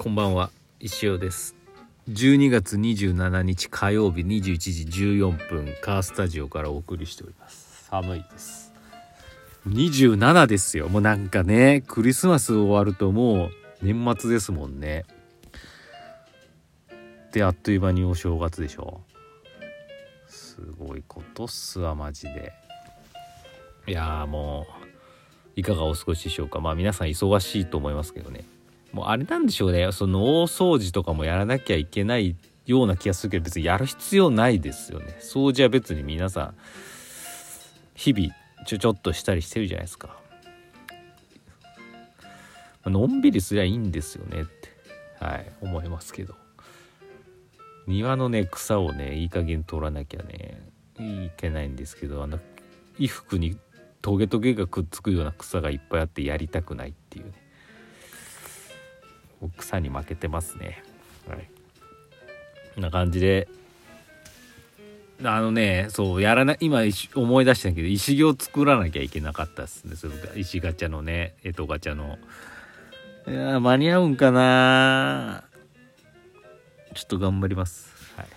こんばんは、石尾です。12月27日火曜日21時14分カースタジオからお送りしております。寒いです。27ですよ。もうなんかね、クリスマス終わるともう年末ですもんね。であっという間にお正月でしょ。すごいことっすわマジで。いやーもういかがお過ごしでしょうか。まあ皆さん忙しいと思いますけどね。もうあれなんでしょうね。その大掃除とかもやらなきゃいけないような気がするけど、別にやる必要ないですよね。掃除は別に皆さん日々ちょっとしたりしてるじゃないですか。のんびりすりゃいいんですよねって思いますけど、庭のね草をねいい加減取らなきゃねいけないんですけど、衣服にトゲトゲがくっつくような草がいっぱいあってやりたくないっていうね。草に負けてますね。こんな感じでそうやらない。今思い出したけど石行作らなきゃいけなかったですね。それ石ガチャのね、干支ガチャの。いや間に合うんかな。ちょっと頑張ります。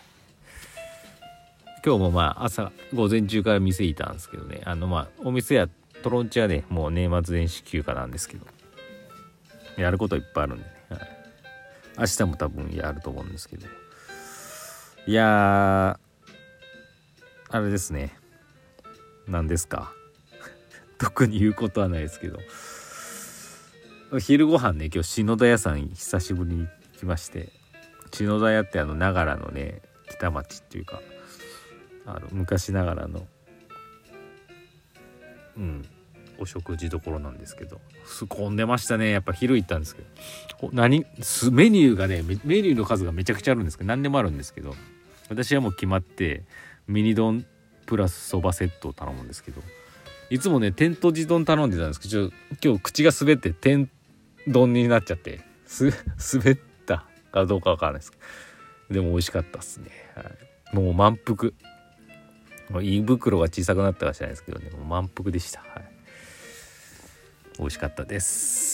今日も朝午前中から店いたんですけどね、お店やトロンチはねもう年末年始休暇なんですけど、やることいっぱいあるんでね、明日も多分やると思うんですけど、いやあれですね。何ですか特に言うことはないですけど、昼ご飯ね今日篠田屋さん久しぶりに来まして、篠田屋って長良のね北町っていうか昔ながらのお食事どころなんですけど、混んでましたね。やっぱ昼行ったんですけど、メニューがねメニューの数がめちゃくちゃあるんですけど、何でもあるんですけど、私はもう決まってミニ丼プラスそばセットを頼むんですけど、いつもね天と地丼頼んでたんですけど、今日口が滑って天丼になっちゃって滑ったかどうかわからないですけど、でも美味しかったっすね。もう満腹。胃袋が小さくなったか知らないですけどね、もう満腹でした。美味しかったです。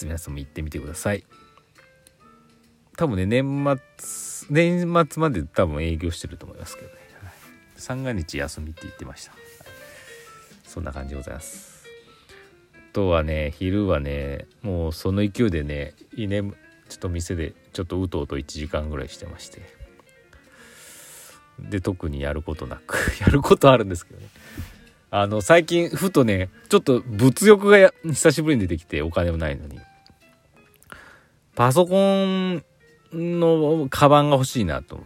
皆さんも行ってみてください。多分ね年末まで多分営業してると思いますけどね、三が日休みって言ってました。そんな感じでございます。あとはね昼はねもうその勢いでねちょっと店でちょっとうとうと1時間ぐらいしてまして、で特にやることなくやることあるんですけどね、最近ふとねちょっと物欲が久しぶりに出てきて、お金もないのにパソコンのカバンが欲しいなと思って、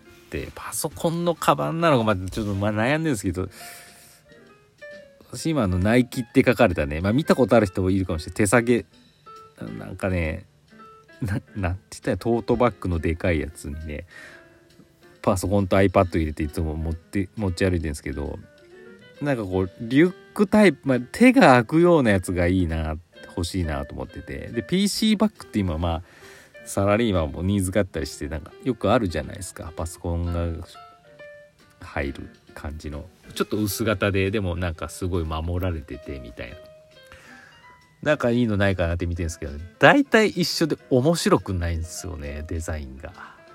パソコンのカバンなのかちょっと悩んでるんですけど、私今ナイキって書かれたね、見たことある人もいるかもしれない手提げなんかねなんて言ったらトートバッグのでかいやつにねパソコンと iPad 入れていつも持ち歩いてるんですけど、なんかこうリュックタイプ、手が開くようなやつが欲しいなと思ってて、で PC バッグって今サラリーマンもニーズがあったりして、なんかよくあるじゃないですか、パソコンが入る感じのちょっと薄型でもなんかすごい守られててみたいな、なんかいいのないかなって見てるんですけど、だいたい一緒で面白くないんですよね、デザインが。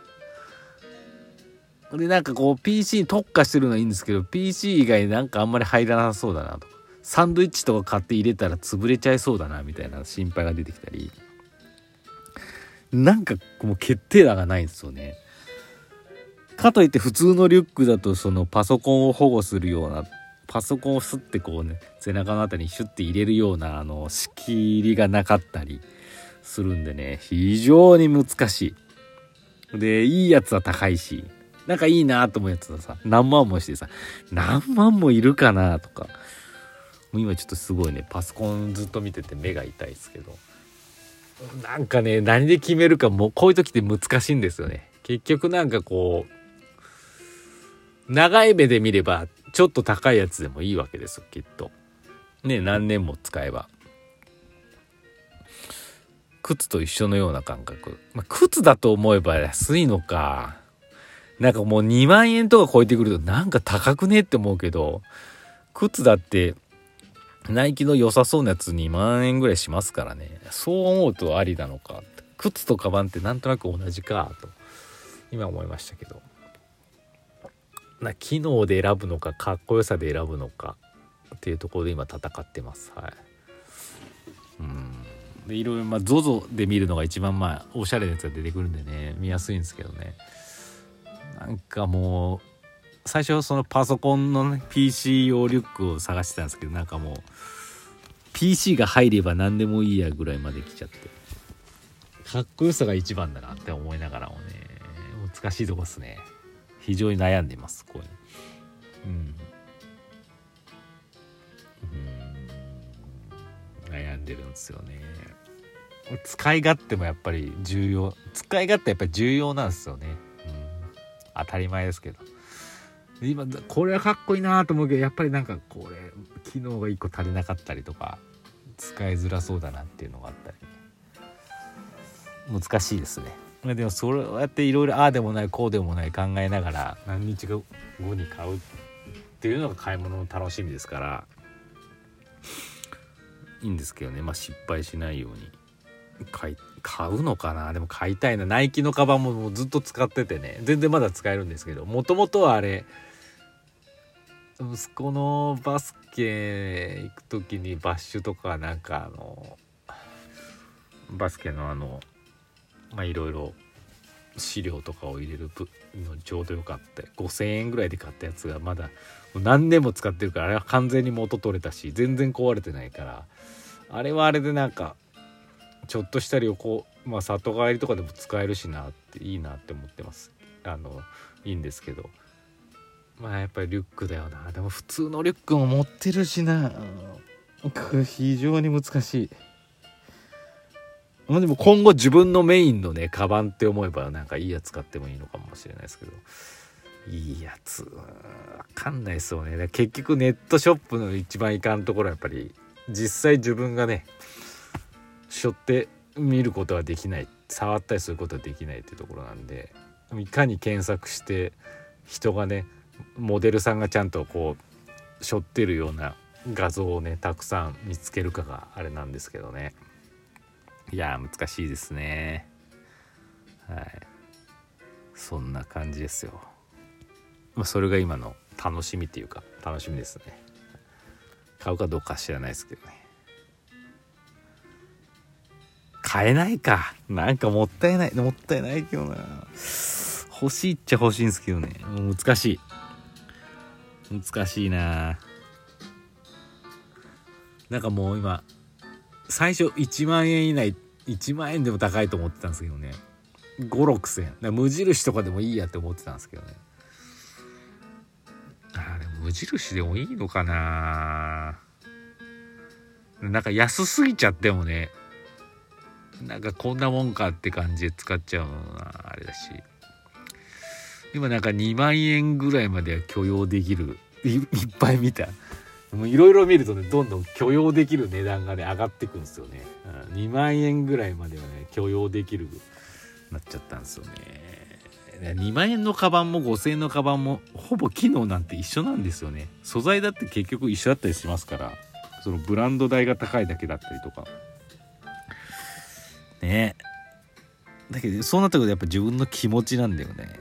でなんかこう PC に特化してるのはいいんですけど、 PC 以外なんかあんまり入らなさそうだなとか、サンドイッチとか買って入れたら潰れちゃいそうだなみたいな心配が出てきたり、なんかもう決定打がないんですよね。かといって普通のリュックだとそのパソコンを保護するような、パソコンをスッてこうね背中のあたりにシュッて入れるような仕切りがなかったりするんでね、非常に難しい。でいいやつは高いし、なんかいいなと思うやつはさ何万もしてさ、何万もいるかなとか、もう今ちょっとすごいねパソコンずっと見てて目が痛いですけど、なんかね何で決めるかもうこういう時って難しいんですよね。結局なんかこう長い目で見ればちょっと高いやつでもいいわけですよきっとね、何年も使えば。靴と一緒のような感覚、靴だと思えば安いのか、なんかもう2万円とか超えてくるとなんか高くねって思うけど、靴だってナイキの良さそうなやつ2万円ぐらいしますからね。そう思うとありなのか。 靴とカバンってなんとなく同じかと今思いましたけど、機能で選ぶのかかっこよさで選ぶのかっていうところで今戦ってます。はい。でいろいろZOZO で見るのが一番おしゃれなやつが出てくるんでね、見やすいんですけどね、なんかもう最初そのパソコンのね PC 用リュックを探してたんですけど、なんかもう PC が入れば何でもいいやぐらいまで来ちゃって、かっこよさが一番だなって思いながらもね、難しいとこですね。非常に悩んでますこういうの。悩んでるんですよね。使い勝手もやっぱり重要、使い勝手やっぱり重要なんですよね。当たり前ですけど、今これはかっこいいなと思うけど、やっぱりなんかこれ機能が1個足りなかったりとか使いづらそうだなっていうのがあったり、難しいですね。でもそうやっていろいろああでもないこうでもない考えながら何日後に買うっていうのが買い物の楽しみですからいいんですけどね。失敗しないように買うのかな。でも買いたいな。ナイキのカバンもずっと使っててね、全然まだ使えるんですけど、もともとはあれ息子のバスケ行く時にバッシュとかなんかバスケのいろいろ資料とかを入れるのにちょうどよかった5000円ぐらいで買ったやつがまだ何年も使ってるから、あれは完全に元取れたし全然壊れてないから、あれはあれでなんかちょっとした旅行里帰りとかでも使えるしなっていいなって思ってます。いいんですけど、やっぱりリュックだよな。でも普通のリュックも持ってるしな、非常に難しい。でも今後自分のメインのねカバンって思えばなんかいいやつ買ってもいいのかもしれないですけど、いいやつわかんないですよね。結局ネットショップの一番いかんところはやっぱり実際自分がね背負って見ることはできない、触ったりすることはできないっていうところなんで、いかに検索して人がねモデルさんがちゃんとこう背負ってるような画像をねたくさん見つけるかがあれなんですけどね。いや難しいですね。はい、そんな感じですよ。それが今の楽しみっていうか楽しみですね。買うかどうか知らないですけどね。買えないか、なんかもったいないけどな。欲しいっちゃ欲しいんですけどね、難しいな。なんかもう今最初1万円以内、1万円でも高いと思ってたんですけどね、5、6千円無印とかでもいいやって思ってたんですけどね。でも無印でもいいのかな。なんか安すぎちゃってもね、なんかこんなもんかって感じで使っちゃうのはあれだし、今なんか2万円ぐらいまでは許容できる、いっぱい見た、いろいろ見るとねどんどん許容できる値段がね上がってくんですよね。2万円ぐらいまではね許容できるなっちゃったんですよね。2万円のカバンも5000円のカバンもほぼ機能なんて一緒なんですよね。素材だって結局一緒だったりしますから、そのブランド代が高いだけだったりとかね。だけどそうなったことやっぱ自分の気持ちなんだよね。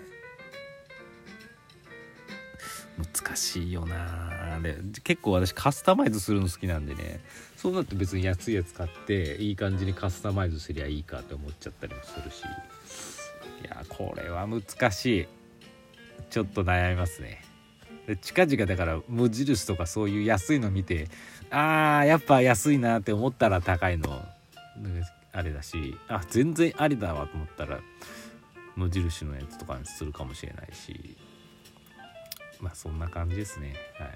難しいよな。で結構私カスタマイズするの好きなんでね、そうなって別に安いやつ買っていい感じにカスタマイズすりゃいいかって思っちゃったりもするし、いやこれは難しい。ちょっと悩みますね。で近々だから無印とかそういう安いの見て、やっぱ安いなって思ったら高いのあれだし、全然ありだわと思ったら無印のやつとかにするかもしれないし、そんな感じですね。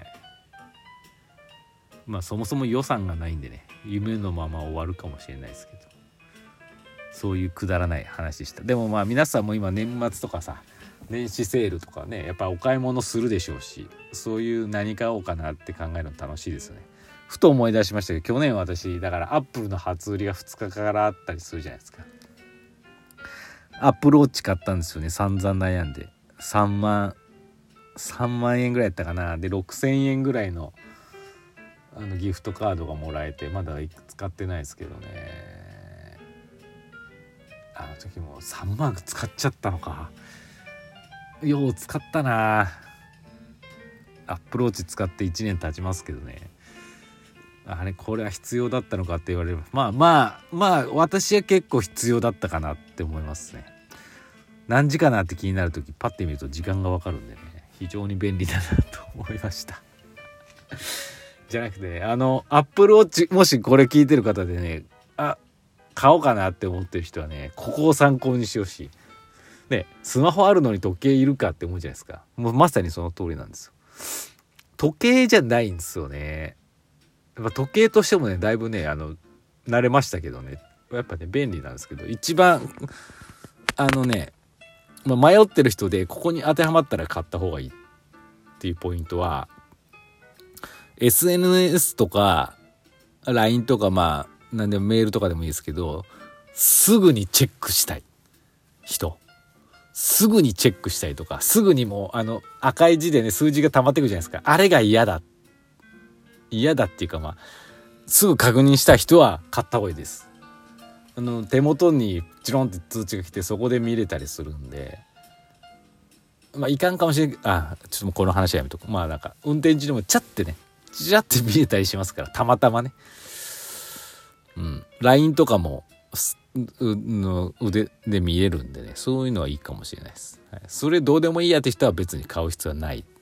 はい。そもそも予算がないんでね、夢のまま終わるかもしれないですけど、そういうくだらない話でした。でも皆さんも今年末とかさ、年始セールとかねやっぱお買い物するでしょうし、そういう何買おうかなって考えるの楽しいですよね。ふと思い出しましたけど、去年私だからアップルの初売りが2日からあったりするじゃないですか。アップルウォッチ買ったんですよね。散々悩んで3万円ぐらいやったかな。で6000円ぐらいのギフトカードがもらえて、まだ使ってないですけどね。 あの時も3万使っちゃったのか。よう使ったな。アップルウォッチ使って1年経ちますけどね、あれこれは必要だったのかって言われればまあ私は結構必要だったかなって思いますね。何時かなって気になるときパッて見ると時間がわかるんでね、非常に便利だなと思いましたじゃなくてアップルウォッチ、もしこれ聞いてる方でね、買おうかなって思ってる人はね、ここを参考にしてほしい。ね、スマホあるのに時計いるかって思うじゃないですか。もうまさにその通りなんですよ。時計じゃないんですよね。やっぱ時計としてもね、だいぶね慣れましたけどね、やっぱね便利なんですけど、一番迷ってる人でここに当てはまったら買った方がいいっていうポイントは、 SNS とか LINE とか何でもメールとかでもいいですけど、すぐにチェックしたい人、すぐにチェックしたいとか、すぐにもう赤い字でね数字が溜まってくるじゃないですか。あれが嫌だっていうか、すぐ確認したい人は買った方がいいです。手元にチロンって通知が来てそこで見れたりするんで、いかんかもしれない。ちょっともうこの話はやめとく。なんか運転中でもチャって見れたりしますから、たまたまね。LINE とかも腕で見えるんでね、そういうのはいいかもしれないです。それどうでもいいやって人は別に買う必要はない